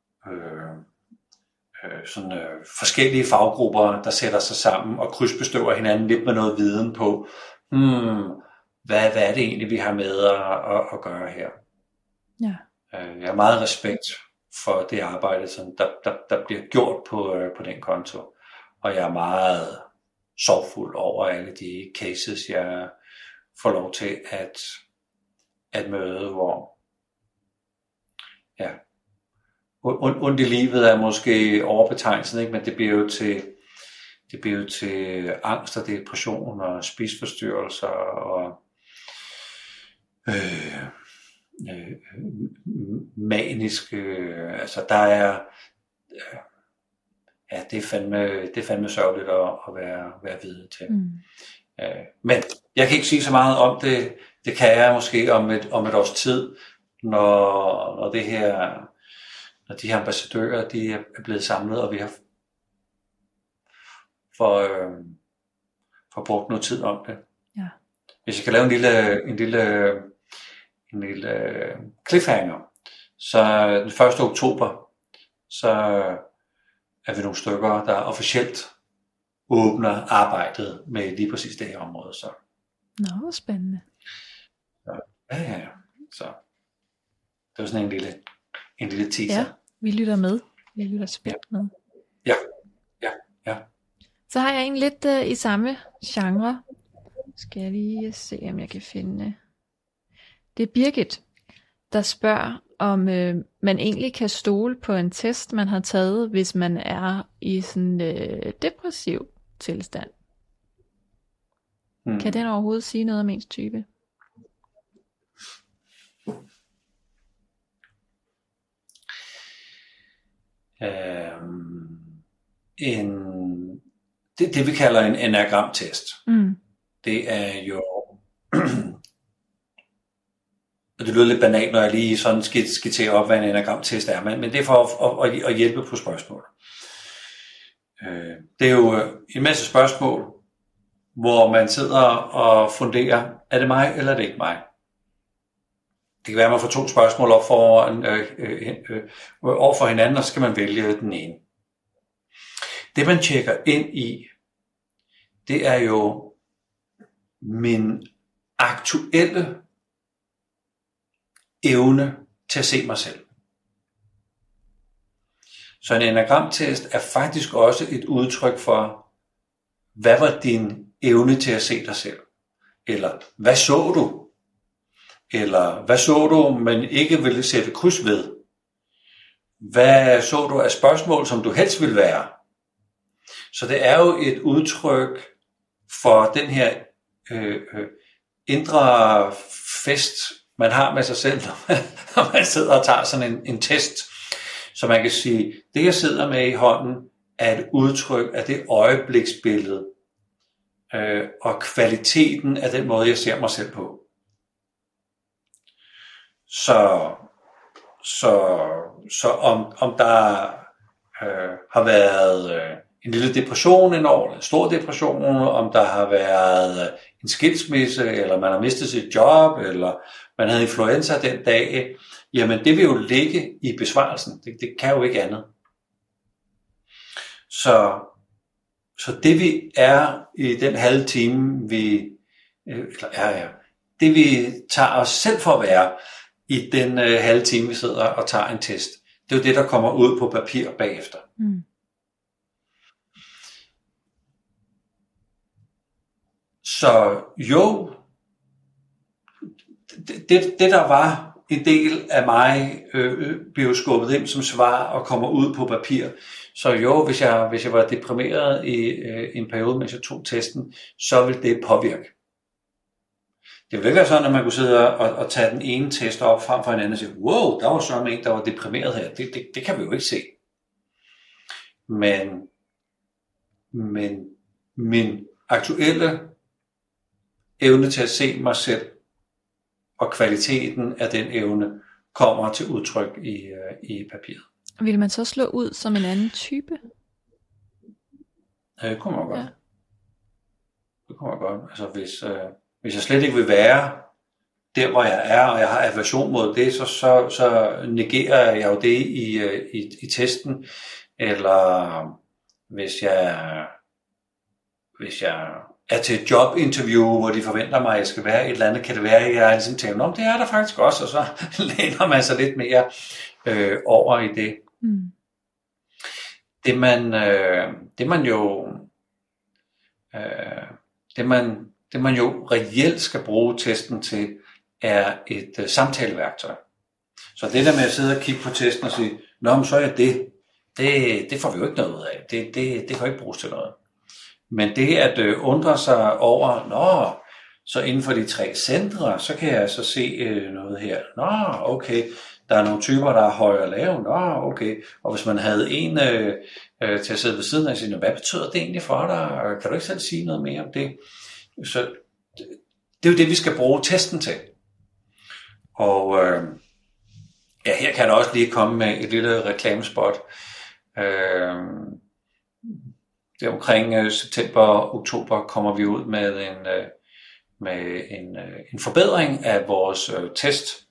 forskellige faggrupper, der sætter sig sammen og krydsbestøver hinanden lidt med noget viden på, hvad er det egentlig, vi har med at gøre her. Ja. Jeg har meget respekt for det arbejde, som der bliver gjort på den konto, og jeg er meget sorgfuld over alle de cases, jeg får lov til at møde, hvor ondt i livet er måske overbetegnelsen, ikke? Men det bliver jo til angst og depression og spiseforstyrrelser og maniske, altså der er det er fandme sørgeligt at være vidne til. Men jeg kan ikke sige så meget om det. Det kan jeg måske om et års tid, når det her, når de her ambassadører, de er blevet samlet, og vi har for brugt noget tid om det. Ja. Hvis jeg kan lave en lille cliffhanger, så den 1. oktober, så er vi nogle stykker, der officielt åbner arbejdet med lige præcis det her område. Så. Nå, spændende. Ja. Så det var sådan en lille teaser. Ja, vi lytter med. Vi lytter spændt med. Ja. Så har jeg en lidt i samme genre. Skal jeg lige se, om jeg kan finde. Det er Birgit, der spørger, om man egentlig kan stole på en test, man har taget, hvis man er i sådan depressiv tilstand. Kan den overhovedet sige noget om ens type? Det vi kalder en enagramtest. Det er jo og det lyder lidt banalt, når jeg lige sådan skitserer op, hvad en enagramtest er, men det er for at hjælpe på spørgsmål. Det er jo en masse spørgsmål, hvor man sidder og funderer, er det mig, eller er det ikke mig? Det kan være, at man får 2 spørgsmål op over for hinanden, og så skal man vælge den ene. Det man tjekker ind i, det er jo min aktuelle evne til at se mig selv. Så en enagramtest er faktisk også et udtryk for, hvad var din evne til at se dig selv? Eller hvad så du? Eller hvad så du, men ikke ville sætte kryds ved? Hvad så du af spørgsmål, som du helst ville være? Så det er jo et udtryk for den her indre fest, man har med sig selv, når man sidder og tager sådan en test. Så man kan sige, det jeg sidder med i hånden, er et udtryk af det øjebliksbillede, og kvaliteten af den måde, jeg ser mig selv på. Så om der har været en lille depression en år, en stor depression, om der har været en skilsmisse, eller man har mistet sit job, eller man havde influenza den dag, jamen det vil jo ligge i besvarelsen. Det kan jo ikke andet. Så det vi er i den halve time, det vi tager os selv for at være i den halve time, vi sidder og tager en test, det er jo det, der kommer ud på papir bagefter. Mm. Så jo, det der var en del af mig, blev skubbet ind som svar og kommer ud på papir. Så jo, hvis jeg var deprimeret i en periode, mens jeg tog testen, så ville det påvirke. Det ville ikke være sådan, at man kunne sidde og tage den ene test op frem for en anden og sige, wow, der var sådan en, der var deprimeret her. Det kan vi jo ikke se. Men min aktuelle evne til at se mig selv og kvaliteten af den evne kommer til udtryk i papiret. Vil man så slå ud som en anden type? Det kunne man godt. Ja. Det kunne man godt. Altså hvis jeg slet ikke vil være der, hvor jeg er, og jeg har aversion mod det, så negerer jeg jo det i testen. Eller hvis jeg er til et jobinterview, hvor de forventer mig, at jeg skal være et eller andet, kan det være, at jeg ligesom tænker, det er der faktisk også, og så læner man sig lidt mere over i det. Mm. Det man jo reelt skal bruge testen til, er et samtaleværktøj. Så det der med at sidde og kigge på testen og sige, men så er det får vi jo ikke noget ud af. Det kan ikke bruges til noget. Men det at undre sig over, så inden for de 3 centre, så kan jeg så se noget her. Okay, der er nogle typer, der er høje og lave. Okay. Og hvis man havde en til at sidde ved siden af og sige, hvad betyder det egentlig for dig? Kan du ikke selv sige noget mere om det? Så det er jo det, vi skal bruge testen til. Og her kan der også lige komme med et lille reklamespot. Det omkring september-oktober kommer vi ud med en forbedring af vores test,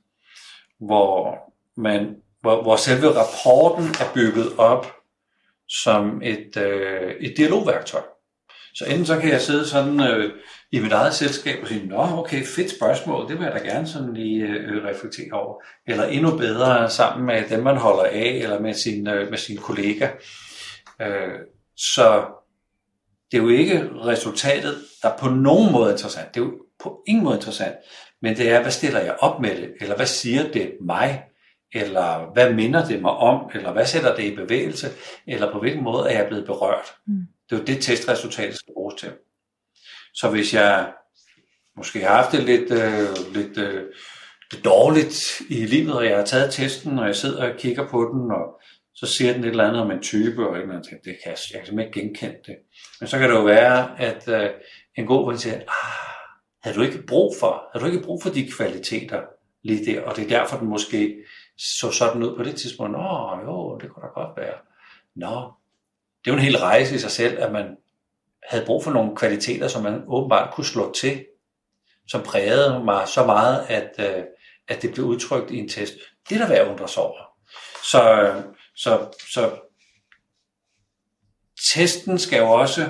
hvor selve rapporten er bygget op som et dialogværktøj. Så enten så kan jeg sidde sådan i mit eget selskab og sige, okay, fedt spørgsmål, det vil jeg da gerne sådan lige reflektere over. Eller endnu bedre sammen med dem, man holder af, eller med sin kollega. Så det er jo ikke resultatet, der på nogen måde er interessant. Det er jo på ingen måde interessant. Men det er, hvad stiller jeg op med det? Eller hvad siger det mig? Eller hvad minder det mig om? Eller hvad sætter det i bevægelse? Eller på hvilken måde er jeg blevet berørt? Mm. Det er jo det testresultatet skal bruges til. Så hvis jeg måske har haft det lidt dårligt i livet, og jeg har taget testen, og jeg sidder og kigger på den, og så siger den et eller andet om en type, og jeg kan simpelthen ikke genkende det. Men så kan det jo være, at en god ven siger, havde du ikke brug for de kvaliteter lige der, og det er derfor, den måske så sådan ud på det tidspunkt. Jo, det kunne da godt være. Det er jo en hel rejse i sig selv, at man havde brug for nogle kvaliteter, som man åbenbart kunne slå til, som prægede mig så meget, at det blev udtrykt i en test. Det er der værd at undre sig over. Så testen skal jo også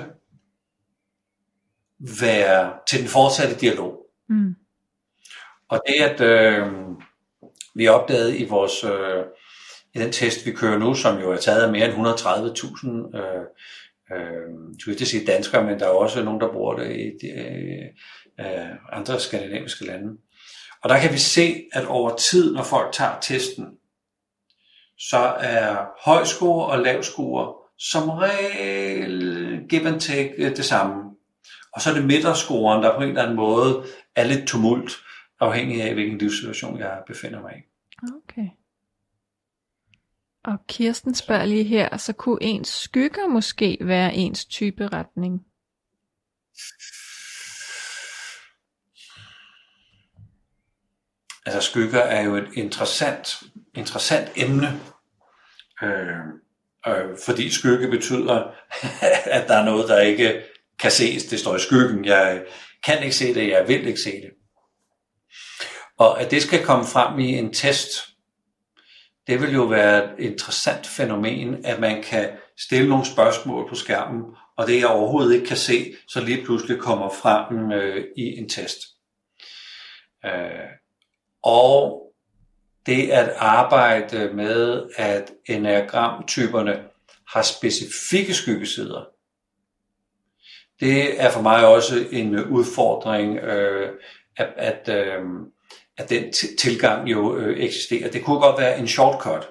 være til den fortsatte dialog. Mm. Og det at vi opdagede i vores i den test vi kører nu, som jo er taget af mere end 130.000 jeg skulle ikke sige danskere, men der er også nogen, der bruger det i andre skandinaviske lande. Og der kan vi se, at over tid, når folk tager testen, så er høj score og lav score som regel give and take det samme. Og så er det midterscoren, der på en eller anden måde er lidt tumult, afhængig af, hvilken livssituation jeg befinder mig i. Okay. Og Kirsten spørger lige her, så kunne ens skygger måske være ens type retning? Altså skygger er jo et interessant emne, fordi skygge betyder, at der er noget, der ikke kan ses. Det står i skyggen. Jeg kan ikke se det, jeg vil ikke se det. Og at det skal komme frem i en test, det vil jo være et interessant fænomen, at man kan stille nogle spørgsmål på skærmen, og det jeg overhovedet ikke kan se, så lige pludselig kommer frem i en test. Og det at arbejde med, at enagramtyperne har specifikke skyggesider, det er for mig også en udfordring, at den tilgang jo eksisterer. Det kunne godt være en shortcut,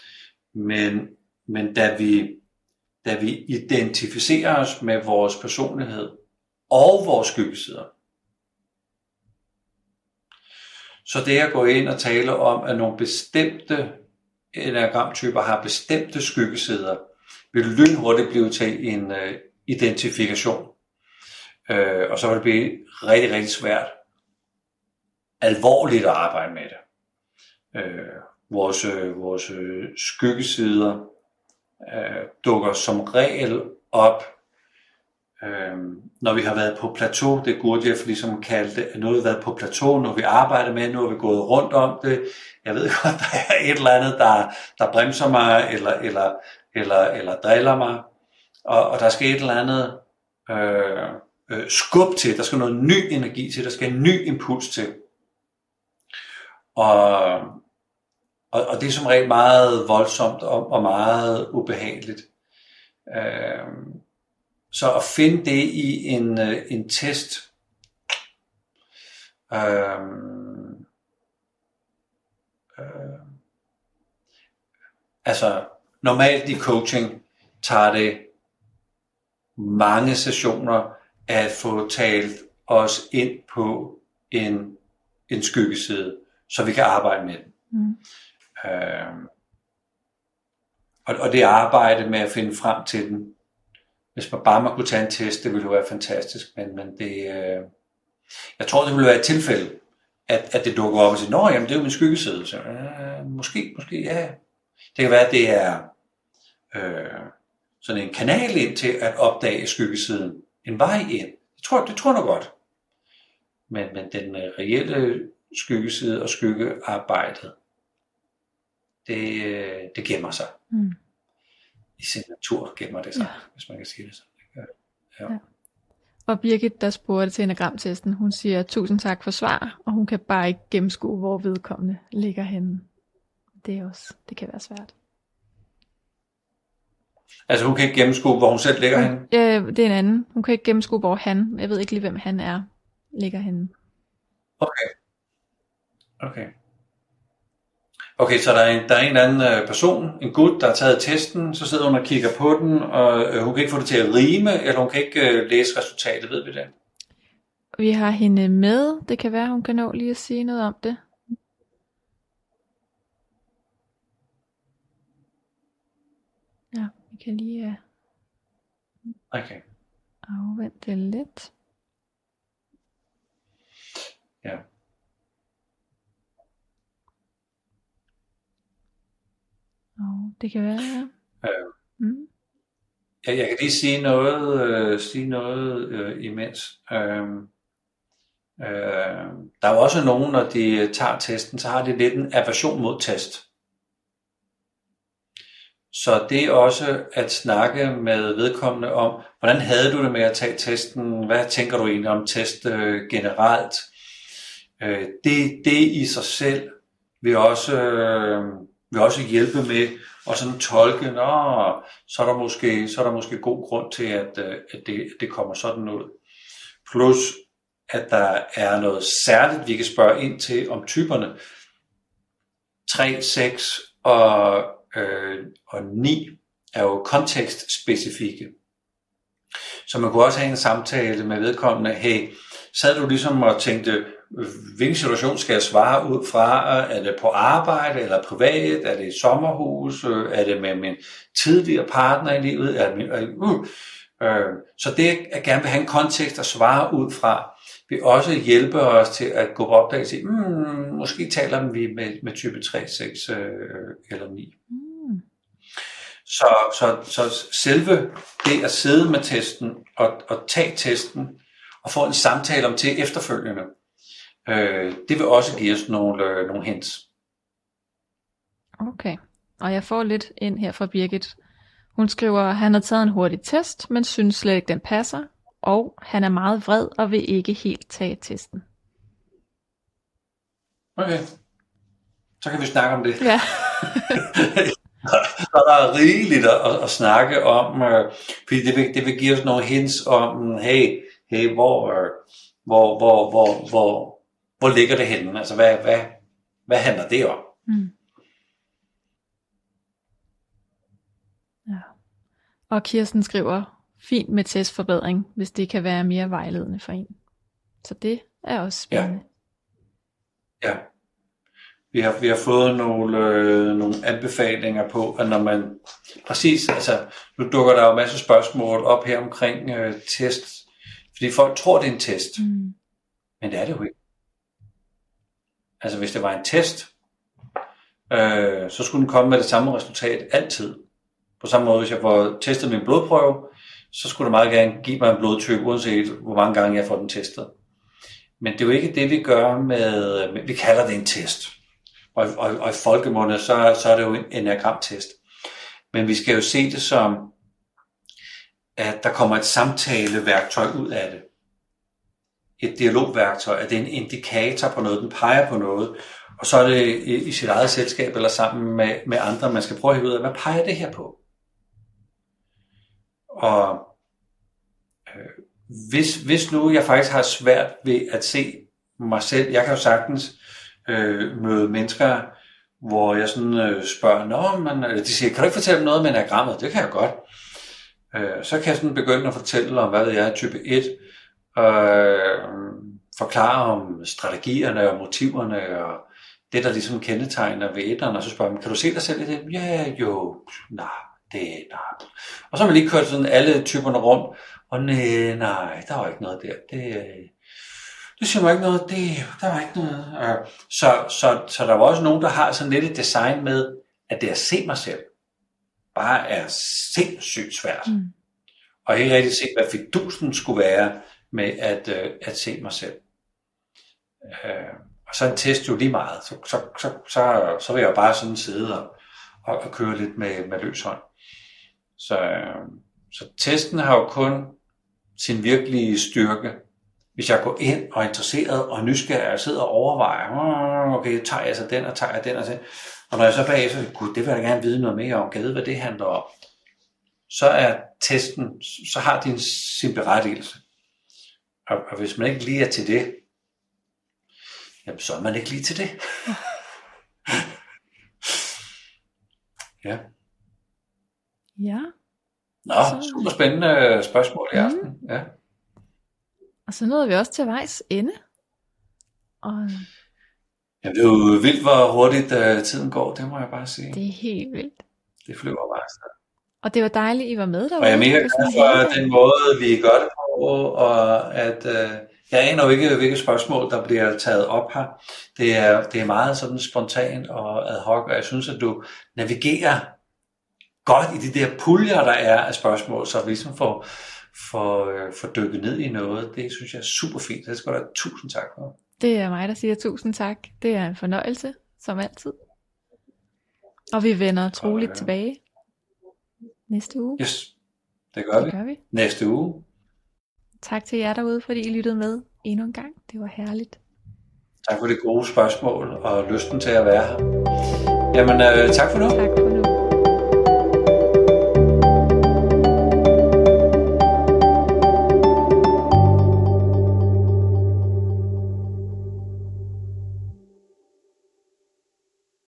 men da vi identificerer os med vores personlighed og vores skyggesider, så det at gå ind og tale om, at nogle bestemte enagramtyper har bestemte skyggesider, vil lynhurtigt blive til en identifikation. Og så vil det blive rigtig, rigtig svært alvorligt at arbejde med det. Vores skyggesider dukker som regel op, når vi har været på plateau. Det Gurdjieff ligesom kaldte det, noget været på plateau, når vi arbejder med, nu har vi gået rundt om det. Jeg ved godt, der er et eller andet, der bremser mig, eller driller mig, og der skal et eller andet skub til, der skal noget ny energi til, der skal en ny impuls til. Og det er som regel meget voldsomt og meget ubehageligt. Så at finde det i en test, altså normalt i coaching tager det mange sessioner at få talt os ind på en skyggeside, så vi kan arbejde med den. Og det arbejde med at finde frem til den, hvis man bare kunne tage en test, det ville jo være fantastisk, men det, jeg tror, det ville være et tilfælde, at det dukker op og siger, nå, jamen, det er jo min skyggeside. Så, måske, ja. Det kan være, at det er sådan en kanal ind til at opdage skyggesiden. En vej ind. Det tror jeg nok godt. Men den reelle skyggeside og skyggearbejdet, det gemmer sig. I sin natur gemmer det sig, hvis man kan sige det sådan. Ja. Og Birgit, der spurgte til enagramtesten, hun siger, tusind tak for svar, og hun kan bare ikke gennemskue, hvor vedkommende ligger henne. Det kan være svært. Altså hun kan ikke gennemskue, hvor hun selv ligger henne? Det er en anden. Hun kan ikke gennemskue, hvor han, jeg ved ikke lige, hvem han er, ligger henne. Okay, så der er en eller anden person, en gut, der har taget testen, så sidder hun og kigger på den, og hun kan ikke få det til at rime, eller hun kan ikke læse resultatet, ved vi det? Vi har hende med, det kan være, hun kan nå lige at sige noget om det. Ja, vi kan lige afvente lidt. Ja. Det kan være, ja. Jeg kan lige sige noget imens. Der er jo også nogen, når de tager testen, så har de lidt en aversion mod test. Så det er også at snakke med vedkommende om, hvordan havde du det med at tage testen? Hvad tænker du egentlig om test generelt? Det i sig selv vil også hjælpe med at sådan tolke, så er der måske god grund til, at det kommer sådan ud. Plus, at der er noget særligt, vi kan spørge ind til om typerne. 3, 6 og 9 er jo kontekstspecifikke. Så man kunne også have en samtale med vedkommende, hey, sad du ligesom og tænkte, hvilken situation skal jeg svare ud fra? Er det på arbejde eller privat? Er det i sommerhus? Er det med min tidligere partner i livet? Så det, jeg gerne vil have en kontekst at svare ud fra, vil også hjælpe os til at gå på opdagelse og sige, måske taler vi med type 3, 6 eller 9. Så selve det at sidde med testen og tage testen og få en samtale om til efterfølgende, det vil også give os nogle hints. Okay, og jeg får lidt ind her fra Birgit. Hun skriver, at han har taget en hurtig test, men synes slet ikke den passer, og han er meget vred og vil ikke helt tage testen. Okay, så kan vi snakke om det. Ja. Så der er rigeligt at snakke om, fordi det vil give os nogle hints om, hey, hvor ligger det henne? Altså, hvad handler det om? Ja. Og Kirsten skriver, fint med testforbedring, hvis det kan være mere vejledende for en. Så det er også spændende. Ja. Vi har fået nogle anbefalinger på, at når man præcis, altså nu dukker der jo masser af spørgsmål op her omkring test, fordi folk tror, det er en test, men det er det jo ikke. Altså hvis det var en test, så skulle den komme med det samme resultat altid. På samme måde, hvis jeg får testet min blodprøve, så skulle det meget gerne give mig en blodtype, uanset hvor mange gange jeg får den testet. Men det er jo ikke det, vi gør med vi kalder det en test. Og i folkemunde, så er det jo en enagramtest. Men vi skal jo se det som, at der kommer et samtaleværktøj ud af det. Et dialogværktøj, at det er en indikator på noget, den peger på noget. Og så er det i sit eget selskab eller sammen med andre, man skal prøve at hive ud af, hvad peger det her på? Og hvis nu jeg faktisk har svært ved at se mig selv, jeg kan jo sagtens møde mennesker, hvor jeg sådan spørger, de siger, kan du ikke fortælle mig noget om enagrammet? Det kan jeg godt. Så kan jeg sådan begynde at fortælle om, hvad ved jeg, type 1, forklare om strategierne og motiverne og det, der ligesom kendetegner ved etteren, og så spørger man, kan du se dig selv i det? Ja, jo, nej. Og så har man lige kørt sådan alle typerne rundt, og nej, der var ikke noget der. Det siger mig ikke noget, der var ikke noget. Så der var også nogen, der har sådan lidt et design med, at det at se mig selv, bare er sindssygt svært. Og ikke rigtig se, hvad fidusen skulle være med at se mig selv. Og så en test jo lige meget. Så vil jeg jo bare sådan sidde og køre lidt med løs hånd. Så testen har jo kun sin virkelige styrke, hvis jeg går ind og er interesseret og nysgerrig og sidder og overvejer, okay, tager jeg så den og tager jeg den og den. Og når jeg så bagefter, gud, det vil jeg gerne vide noget mere om, kan jeg vide, hvad det handler om, så er testen, så har den sin berettigelse. Og hvis man ikke lige er til det, jamen så er man ikke lige til det. Ja. Ja. Nå, super spændende spørgsmål i aften. Ja. Og så nåede vi også til vejs ende. Jamen, det er jo vildt, hvor hurtigt tiden går, det må jeg bare sige. Det er helt vildt. Det flyver bare afsted. Og det var dejligt, I var med derude. Og jeg er mega glad for den måde, vi gør det på, og at jeg aner jo ikke, hvilke spørgsmål, der bliver taget op her. Det er meget sådan spontan og ad hoc, og jeg synes, at du navigerer godt i de der puljer, der er af spørgsmål, så vi ligesom får dykket ned i noget. Det synes jeg er super fint. Det skal du have tusind tak for. Det er mig, der siger tusind tak. Det er en fornøjelse, som altid. Og vi vender troligt tilbage næste uge. Yes, det gør vi. Næste uge. Tak til jer derude, fordi I lyttede med endnu en gang. Det var herligt. Tak for det gode spørgsmål og lysten til at være her. Jamen, tak for nu. Tak.